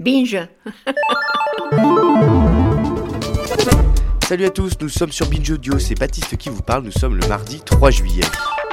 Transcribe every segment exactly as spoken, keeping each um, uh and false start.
Binge. Salut à tous, nous sommes sur Binge Audio, c'est Baptiste qui vous parle, nous sommes le mardi trois juillet.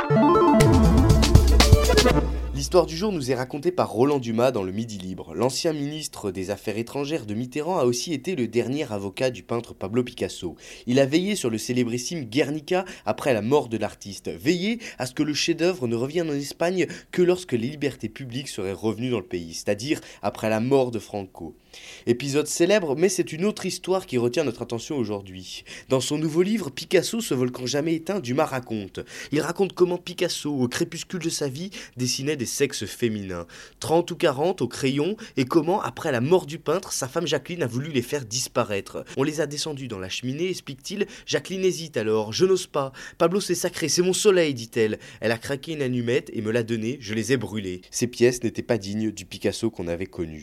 L'histoire du jour nous est racontée par Roland Dumas dans le Midi Libre. L'ancien ministre des Affaires étrangères de Mitterrand a aussi été le dernier avocat du peintre Pablo Picasso. Il a veillé sur le célébrissime Guernica après la mort de l'artiste. Veillé à ce que le chef-d'œuvre ne revienne en Espagne que lorsque les libertés publiques seraient revenues dans le pays, c'est-à-dire après la mort de Franco. Épisode célèbre, mais c'est une autre histoire qui retient notre attention aujourd'hui. Dans son nouveau livre, Picasso, ce volcan jamais éteint, Dumas raconte. Il raconte comment Picasso, au crépuscule de sa vie, dessinait des sexes féminins, trente ou quarante au crayon, et comment, après la mort du peintre, sa femme Jacqueline a voulu les faire disparaître. On les a descendus dans la cheminée, explique-t-il. Jacqueline hésite alors, je n'ose pas. Pablo c'est sacré, c'est mon soleil, dit-elle. Elle a craqué une allumette et me l'a donnée, je les ai brûlées. Ces pièces n'étaient pas dignes du Picasso qu'on avait connu.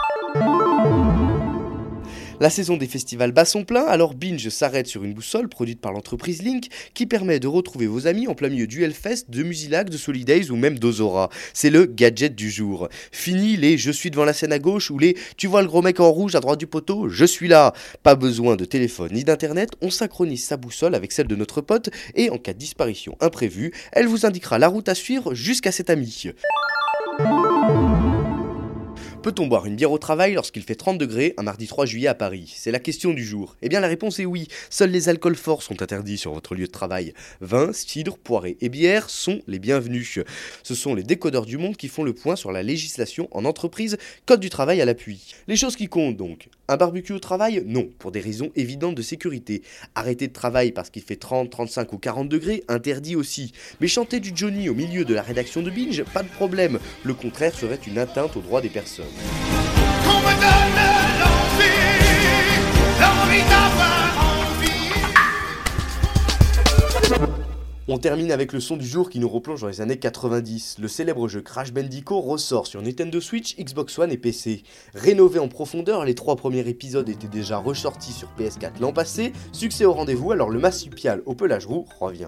La saison des festivals bat son plein, alors Binge s'arrête sur une boussole produite par l'entreprise Link qui permet de retrouver vos amis en plein milieu du Hellfest, de Musilac, de Solidays ou même d'Ozora. C'est le gadget du jour. Fini les « je suis devant la scène à gauche » ou les « tu vois le gros mec en rouge à droite du poteau, je suis là ». Pas besoin de téléphone ni d'internet, on synchronise sa boussole avec celle de notre pote et en cas de disparition imprévue, elle vous indiquera la route à suivre jusqu'à cet ami. Peut-on boire une bière au travail lorsqu'il fait trente degrés un mardi trois juillet à Paris ? C'est la question du jour. Eh bien la réponse est oui, seuls les alcools forts sont interdits sur votre lieu de travail. Vin, cidre, poirée et bière sont les bienvenus. Ce sont les décodeurs du monde qui font le point sur la législation en entreprise, code du travail à l'appui. Les choses qui comptent donc. Un barbecue au travail ? Non, pour des raisons évidentes de sécurité. Arrêter de travail parce qu'il fait trente, trente-cinq ou quarante degrés, interdit aussi. Mais chanter du Johnny au milieu de la rédaction de Binge, pas de problème. Le contraire serait une atteinte aux droits des personnes. Qu'on me donne l'envie, l'envie d'avoir envie. On termine avec le son du jour qui nous replonge dans les années quatre-vingt-dix. Le célèbre jeu Crash Bandicoot ressort sur Nintendo Switch, Xbox One et P C. Rénové en profondeur, les trois premiers épisodes étaient déjà ressortis sur P S quatre l'an passé. Succès au rendez-vous, alors le marsupial au pelage roux revient.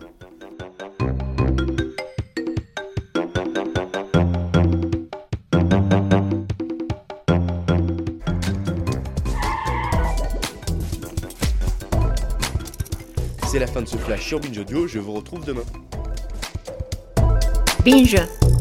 C'est la fin de ce flash sur Binge Audio, je vous retrouve demain. Binge.